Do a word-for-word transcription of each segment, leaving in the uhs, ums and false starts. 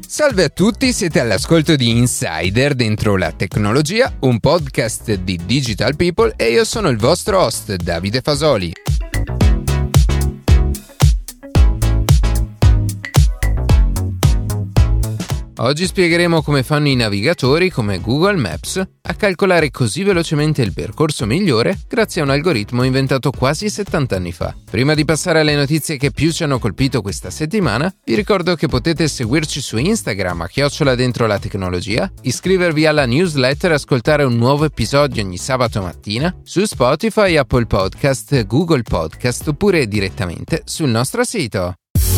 Salve a tutti, siete all'ascolto di Insider dentro la tecnologia, un podcast di Digital People e io sono il vostro host Davide Fasoli. Oggi spiegheremo come fanno i navigatori come Google Maps a calcolare così velocemente il percorso migliore grazie a un algoritmo inventato quasi settanta anni fa. Prima di passare alle notizie che più ci hanno colpito questa settimana, vi ricordo che potete seguirci su Instagram a chiocciola dentro la tecnologia, iscrivervi alla newsletter e ascoltare un nuovo episodio ogni sabato mattina su Spotify, Apple Podcast, Google Podcast oppure direttamente sul nostro sito.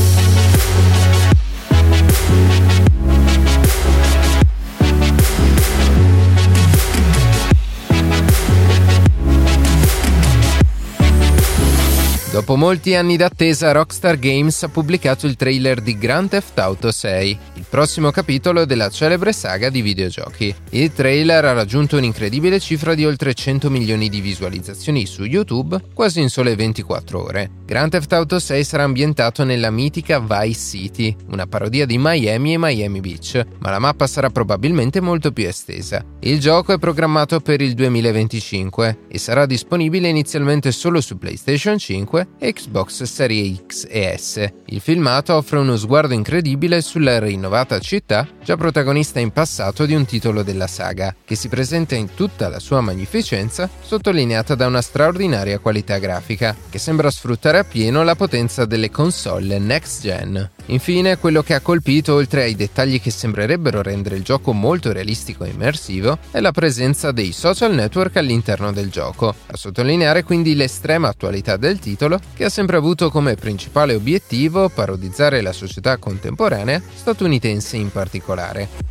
Dopo molti anni d'attesa, Rockstar Games ha pubblicato il trailer di Grand Theft Auto sei, il prossimo capitolo della celebre saga di videogiochi. Il trailer ha raggiunto un'incredibile cifra di oltre cento milioni di visualizzazioni su YouTube, quasi in sole ventiquattro ore. Grand Theft Auto sei sarà ambientato nella mitica Vice City, una parodia di Miami e Miami Beach, ma la mappa sarà probabilmente molto più estesa. Il gioco è programmato per il duemilaventicinque e sarà disponibile inizialmente solo su PlayStation cinque e Xbox Series X e S. Il filmato offre uno sguardo incredibile sulla rinnovata città, già protagonista in passato di un titolo della saga, che si presenta in tutta la sua magnificenza, sottolineata da una straordinaria qualità grafica, che sembra sfruttare appieno la potenza delle console next gen. Infine, quello che ha colpito, oltre ai dettagli che sembrerebbero rendere il gioco molto realistico e immersivo, è la presenza dei social network all'interno del gioco, a sottolineare quindi l'estrema attualità del titolo, che ha sempre avuto come principale obiettivo parodizzare la società contemporanea, statunitense in particolare.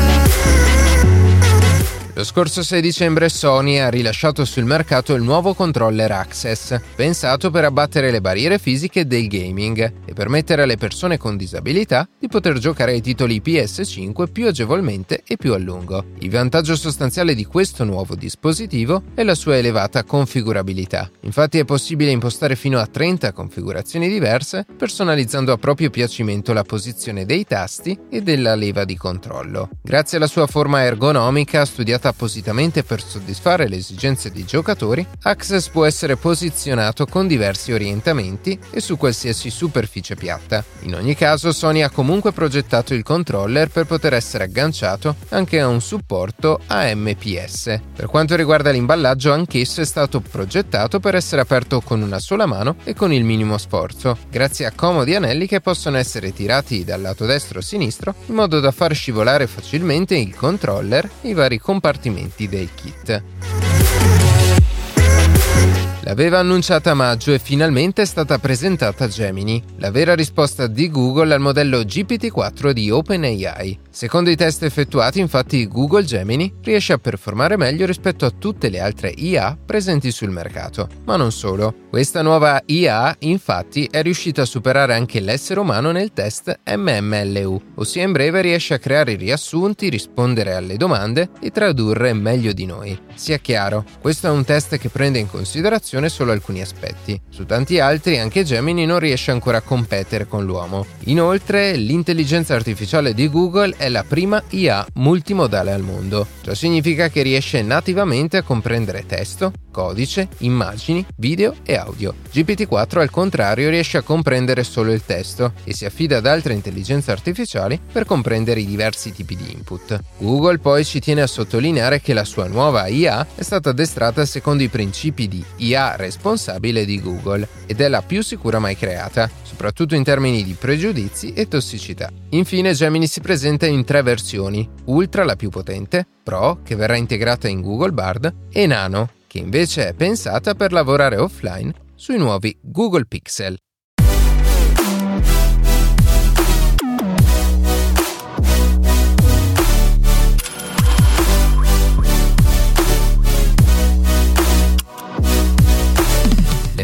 Lo scorso sei dicembre Sony ha rilasciato sul mercato il nuovo controller Access, pensato per abbattere le barriere fisiche del gaming e permettere alle persone con disabilità di poter giocare ai titoli P S cinque più agevolmente e più a lungo. Il vantaggio sostanziale di questo nuovo dispositivo è la sua elevata configurabilità. Infatti è possibile impostare fino a trenta configurazioni diverse, personalizzando a proprio piacimento la posizione dei tasti e della leva di controllo. Grazie alla sua forma ergonomica studiata appositamente per soddisfare le esigenze dei giocatori, Access può essere posizionato con diversi orientamenti e su qualsiasi superficie piatta. In ogni caso, Sony ha comunque progettato il controller per poter essere agganciato anche a un supporto A M P S. Per quanto riguarda l'imballaggio, anch'esso è stato progettato per essere aperto con una sola mano e con il minimo sforzo, grazie a comodi anelli che possono essere tirati dal lato destro o sinistro in modo da far scivolare facilmente il controller e i vari compartimenti del kit. L'aveva annunciata a maggio e finalmente è stata presentata Gemini, la vera risposta di Google al modello G P T quattro di OpenAI. Secondo i test effettuati, infatti, Google Gemini riesce a performare meglio rispetto a tutte le altre I A presenti sul mercato. Ma non solo. Questa nuova I A, infatti, è riuscita a superare anche l'essere umano nel test M M L U, ossia in breve riesce a creare riassunti, rispondere alle domande e tradurre meglio di noi. Sia chiaro, questo è un test che prende in considerazione solo alcuni aspetti. Su tanti altri anche Gemini non riesce ancora a competere con l'uomo. Inoltre, l'intelligenza artificiale di Google è la prima I A multimodale al mondo. Ciò significa che riesce nativamente a comprendere testo, codice, immagini, video e audio. G P T quattro al contrario riesce a comprendere solo il testo e si affida ad altre intelligenze artificiali per comprendere i diversi tipi di input. Google poi ci tiene a sottolineare che la sua nuova I A è stata addestrata secondo i principi di I A responsabile di Google ed è la più sicura mai creata, soprattutto in termini di pregiudizi e tossicità. Infine Gemini si presenta in tre versioni: Ultra, la più potente, Pro, che verrà integrata in Google Bard, e Nano, che invece è pensata per lavorare offline sui nuovi Google Pixel.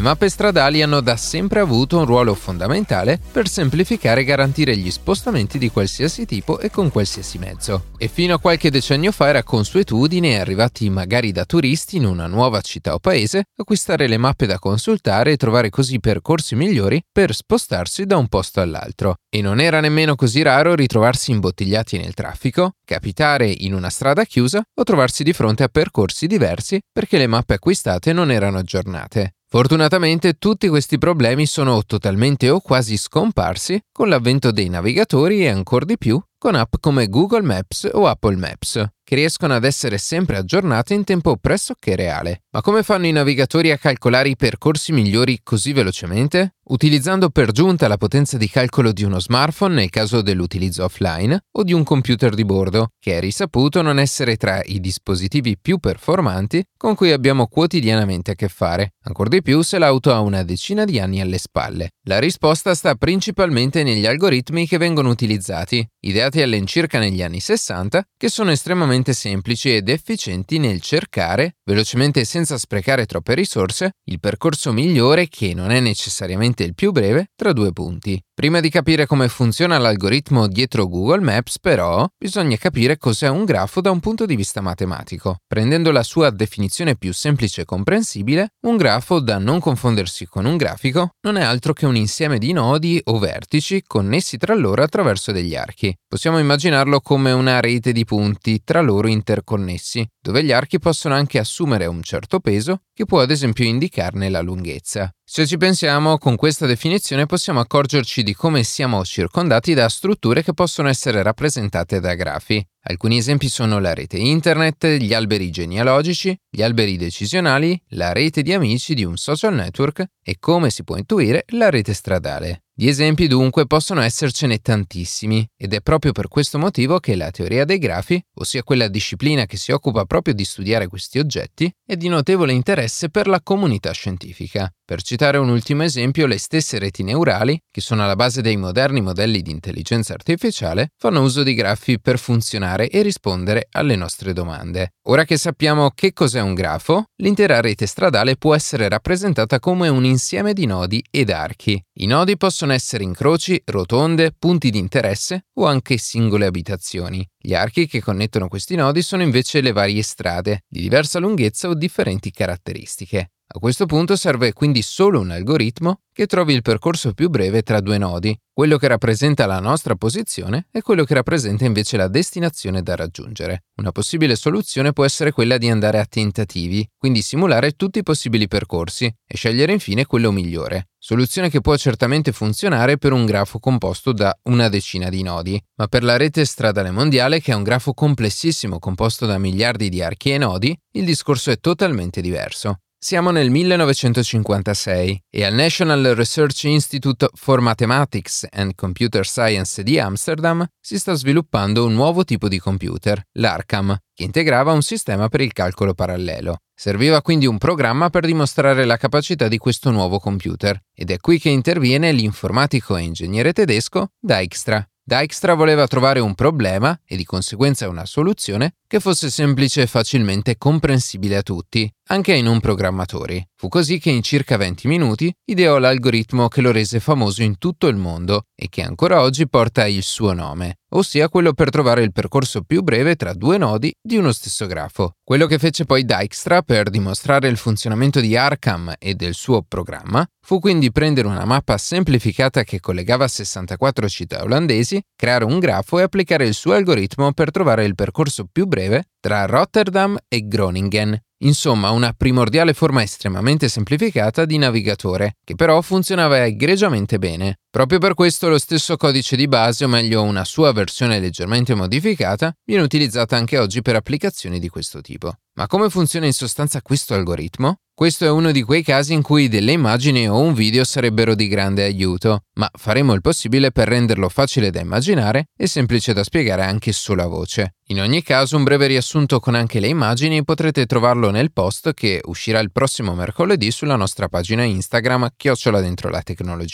mappe stradali hanno da sempre avuto un ruolo fondamentale per semplificare e garantire gli spostamenti di qualsiasi tipo e con qualsiasi mezzo. E fino a qualche decennio fa era consuetudine, arrivati magari da turisti in una nuova città o paese, acquistare le mappe da consultare e trovare così percorsi migliori per spostarsi da un posto all'altro. E non era nemmeno così raro ritrovarsi imbottigliati nel traffico, capitare in una strada chiusa o trovarsi di fronte a percorsi diversi perché le mappe acquistate non erano aggiornate. Fortunatamente tutti questi problemi sono totalmente o quasi scomparsi con l'avvento dei navigatori e ancor di più con app come Google Maps o Apple Maps, che riescono ad essere sempre aggiornate in tempo pressoché reale. Ma come fanno i navigatori a calcolare i percorsi migliori così velocemente? Utilizzando per giunta la potenza di calcolo di uno smartphone nel caso dell'utilizzo offline o di un computer di bordo, che è risaputo non essere tra i dispositivi più performanti con cui abbiamo quotidianamente a che fare, ancor di più se l'auto ha una decina di anni alle spalle. La risposta sta principalmente negli algoritmi che vengono utilizzati, ideati all'incirca negli anni sessanta, che sono estremamente semplici ed efficienti nel cercare, velocemente e senza sprecare troppe risorse, il percorso migliore che non è necessariamente il più breve tra due punti. Prima di capire come funziona l'algoritmo dietro Google Maps, però, bisogna capire cos'è un grafo da un punto di vista matematico. Prendendo la sua definizione più semplice e comprensibile, un grafo, da non confondersi con un grafico, non è altro che un insieme di nodi o vertici connessi tra loro attraverso degli archi. Possiamo immaginarlo come una rete di punti tra loro interconnessi, dove gli archi possono anche assumere un certo peso che può ad esempio indicarne la lunghezza. Se ci pensiamo, con questa definizione possiamo accorgerci di come siamo circondati da strutture che possono essere rappresentate da grafi. Alcuni esempi sono la rete internet, gli alberi genealogici, gli alberi decisionali, la rete di amici di un social network e, come si può intuire, la rete stradale. Di esempi dunque possono essercene tantissimi ed è proprio per questo motivo che la teoria dei grafi, ossia quella disciplina che si occupa proprio di studiare questi oggetti, è di notevole interesse per la comunità scientifica. Per citare un ultimo esempio, le stesse reti neurali, che sono alla base dei moderni modelli di intelligenza artificiale, fanno uso di grafi per funzionare e rispondere alle nostre domande. Ora che sappiamo che cos'è un grafo, l'intera rete stradale può essere rappresentata come un insieme di nodi ed archi. I nodi possono essere incroci, rotonde, punti di interesse o anche singole abitazioni. Gli archi che connettono questi nodi sono invece le varie strade, di diversa lunghezza o differenti caratteristiche. A questo punto serve quindi solo un algoritmo che trovi il percorso più breve tra due nodi, quello che rappresenta la nostra posizione e quello che rappresenta invece la destinazione da raggiungere. Una possibile soluzione può essere quella di andare a tentativi, quindi simulare tutti i possibili percorsi e scegliere infine quello migliore. Soluzione che può certamente funzionare per un grafo composto da una decina di nodi, ma per la rete stradale mondiale, che è un grafo complessissimo composto da miliardi di archi e nodi, il discorso è totalmente diverso. Siamo nel millenovecentocinquantasei e al National Research Institute for Mathematics and Computer Science di Amsterdam si sta sviluppando un nuovo tipo di computer, l'ARCAM, che integrava un sistema per il calcolo parallelo. Serviva quindi un programma per dimostrare la capacità di questo nuovo computer, ed è qui che interviene l'informatico e ingegnere tedesco Dijkstra. Dijkstra voleva trovare un problema e di conseguenza una soluzione che fosse semplice e facilmente comprensibile a tutti, anche ai non programmatori. Fu così che in circa venti minuti ideò l'algoritmo che lo rese famoso in tutto il mondo e che ancora oggi porta il suo nome, ossia quello per trovare il percorso più breve tra due nodi di uno stesso grafo. Quello che fece poi Dijkstra per dimostrare il funzionamento di ARCAM e del suo programma fu quindi prendere una mappa semplificata che collegava sessantaquattro città olandesi, creare un grafo e applicare il suo algoritmo per trovare il percorso più breve tra Rotterdam e Groningen. Insomma, una primordiale forma estremamente semplificata di navigatore, che però funzionava egregiamente bene. Proprio per questo lo stesso codice di base, o meglio una sua versione leggermente modificata, viene utilizzata anche oggi per applicazioni di questo tipo. Ma come funziona in sostanza questo algoritmo? Questo è uno di quei casi in cui delle immagini o un video sarebbero di grande aiuto, ma faremo il possibile per renderlo facile da immaginare e semplice da spiegare anche solo a voce. In ogni caso, un breve riassunto con anche le immagini potrete trovarlo nel post che uscirà il prossimo mercoledì sulla nostra pagina Instagram chiocciola dentro la tecnologia.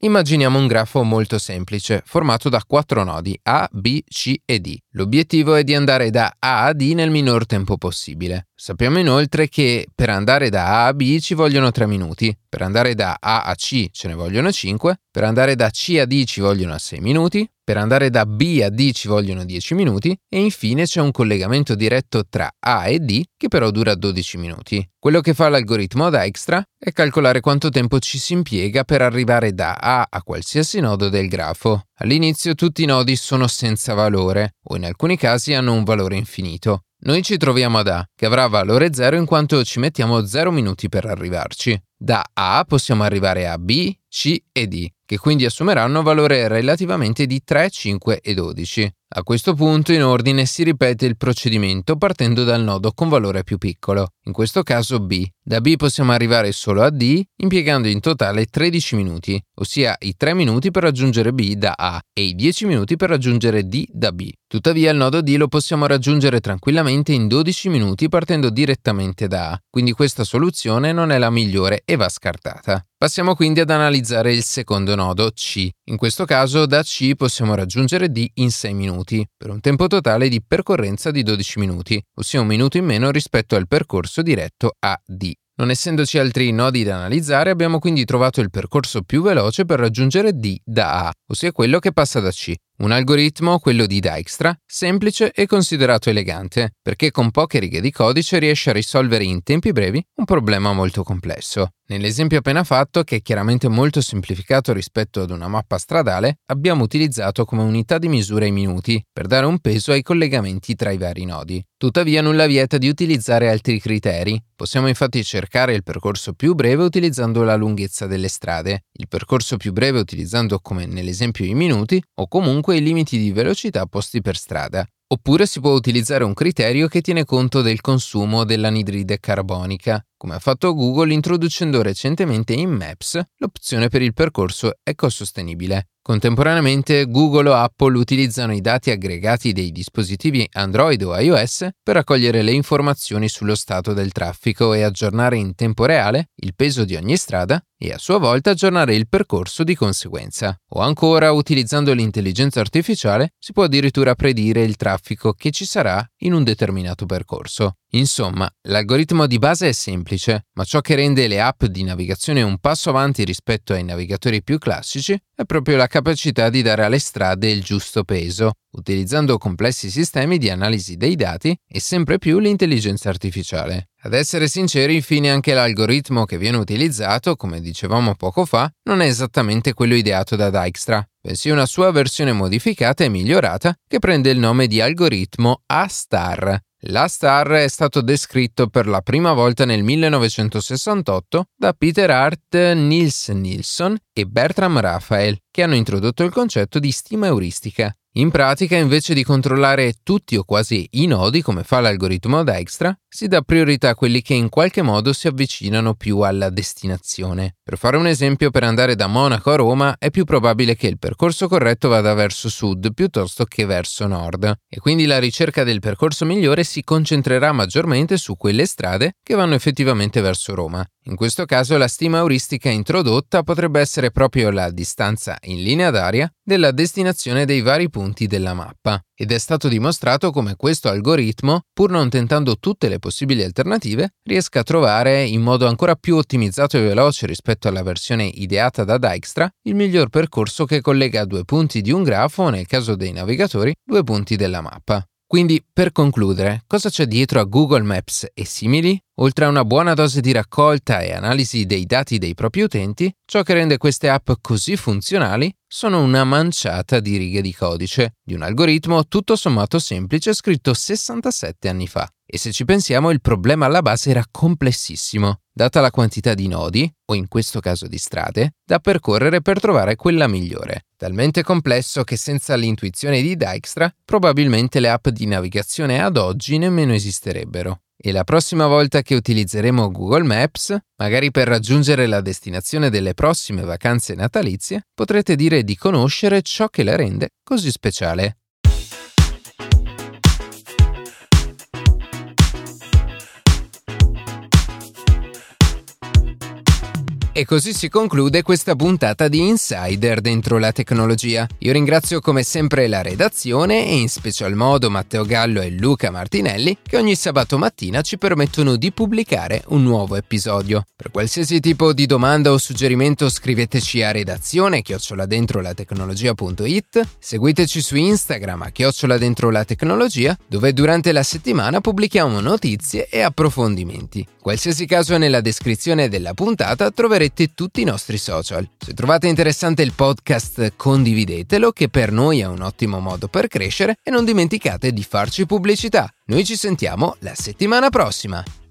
Immaginiamo un grafo molto semplice, formato da quattro nodi A, B, C e D. L'obiettivo è di andare da A a D nel minor tempo possibile. Sappiamo inoltre che per andare da A a B ci vogliono tre minuti, per andare da A a C ce ne vogliono cinque, per andare da C a D ci vogliono sei minuti, per andare da B a D ci vogliono dieci minuti e infine c'è un collegamento diretto tra A e D che però dura dodici minuti. Quello che fa l'algoritmo Dijkstra è calcolare quanto tempo ci si impiega per arrivare da A a qualsiasi nodo del grafo. All'inizio tutti i nodi sono senza valore o in alcuni casi hanno un valore infinito. Noi ci troviamo ad A, che avrà valore zero in quanto ci mettiamo zero minuti per arrivarci. Da A possiamo arrivare a B, C e D, che quindi assumeranno valore relativamente di tre, cinque e dodici. A questo punto in ordine si ripete il procedimento partendo dal nodo con valore più piccolo, in questo caso B. Da B possiamo arrivare solo a D impiegando in totale tredici minuti, ossia i tre minuti per raggiungere B da A e i dieci minuti per raggiungere D da B. Tuttavia il nodo D lo possiamo raggiungere tranquillamente in dodici minuti partendo direttamente da A, quindi questa soluzione non è la migliore e va scartata. Passiamo quindi ad analizzare il secondo nodo, C. In questo caso da C possiamo raggiungere D in sei minuti, per un tempo totale di percorrenza di dodici minuti, ossia un minuto in meno rispetto al percorso diretto a D. Non essendoci altri nodi da analizzare, abbiamo quindi trovato il percorso più veloce per raggiungere D da A, ossia quello che passa da C. Un algoritmo, quello di Dijkstra, semplice e considerato elegante, perché con poche righe di codice riesce a risolvere in tempi brevi un problema molto complesso. Nell'esempio appena fatto, che è chiaramente molto semplificato rispetto ad una mappa stradale, abbiamo utilizzato come unità di misura i minuti, per dare un peso ai collegamenti tra i vari nodi. Tuttavia nulla vieta di utilizzare altri criteri. Possiamo infatti cercare il percorso più breve utilizzando la lunghezza delle strade, il percorso più breve utilizzando come nell'esempio i minuti o comunque i limiti di velocità posti per strada. Oppure si può utilizzare un criterio che tiene conto del consumo dell'anidride carbonica, come ha fatto Google introducendo recentemente in Maps l'opzione per il percorso ecosostenibile. Contemporaneamente Google o Apple utilizzano i dati aggregati dei dispositivi Android o iOS per raccogliere le informazioni sullo stato del traffico e aggiornare in tempo reale il peso di ogni strada e a sua volta aggiornare il percorso di conseguenza. O ancora, utilizzando l'intelligenza artificiale, si può addirittura predire il traffico che ci sarà in un determinato percorso. Insomma, l'algoritmo di base è semplice, ma ciò che rende le app di navigazione un passo avanti rispetto ai navigatori più classici è proprio la capacità di dare alle strade il giusto peso, utilizzando complessi sistemi di analisi dei dati e sempre più l'intelligenza artificiale. Ad essere sinceri, infine, anche l'algoritmo che viene utilizzato, come dicevamo poco fa, non è esattamente quello ideato da Dijkstra, bensì una sua versione modificata e migliorata che prende il nome di algoritmo A star. L'A star è stato descritto per la prima volta nel millenovecentosessantotto da Peter Hart, Niels Nilsson e Bertram Raphael, che hanno introdotto il concetto di stima euristica. In pratica, invece di controllare tutti o quasi i nodi, come fa l'algoritmo Dijkstra, si dà priorità a quelli che in qualche modo si avvicinano più alla destinazione. Per fare un esempio, per andare da Monaco a Roma è più probabile che il percorso corretto vada verso sud piuttosto che verso nord, e quindi la ricerca del percorso migliore si concentrerà maggiormente su quelle strade che vanno effettivamente verso Roma. In questo caso la stima euristica introdotta potrebbe essere proprio la distanza in linea d'aria della destinazione dei vari punti della mappa, ed è stato dimostrato come questo algoritmo, pur non tentando tutte le possibili alternative, riesca a trovare, in modo ancora più ottimizzato e veloce rispetto alla versione ideata da Dijkstra, il miglior percorso che collega due punti di un grafo o, nel caso dei navigatori, due punti della mappa. Quindi, per concludere, cosa c'è dietro a Google Maps e simili? Oltre a una buona dose di raccolta e analisi dei dati dei propri utenti, ciò che rende queste app così funzionali sono una manciata di righe di codice, di un algoritmo tutto sommato semplice scritto sessantasette anni fa. E se ci pensiamo, il problema alla base era complessissimo, data la quantità di nodi, o in questo caso di strade, da percorrere per trovare quella migliore. Talmente complesso che senza l'intuizione di Dijkstra, probabilmente le app di navigazione ad oggi nemmeno esisterebbero. E la prossima volta che utilizzeremo Google Maps, magari per raggiungere la destinazione delle prossime vacanze natalizie, potrete dire di conoscere ciò che la rende così speciale. E così si conclude questa puntata di Insider dentro la tecnologia. Io ringrazio come sempre la redazione e in special modo Matteo Gallo e Luca Martinelli che ogni sabato mattina ci permettono di pubblicare un nuovo episodio. Per qualsiasi tipo di domanda o suggerimento scriveteci a redazione chiocciola dentro la tecnologia punto it, seguiteci su Instagram a chiocciola dentro la tecnologia, dove durante la settimana pubblichiamo notizie e approfondimenti. Qualsiasi caso nella descrizione della puntata troverete tutti i nostri social. Se trovate interessante il podcast, condividetelo, che per noi è un ottimo modo per crescere, e non dimenticate di farci pubblicità. Noi ci sentiamo la settimana prossima.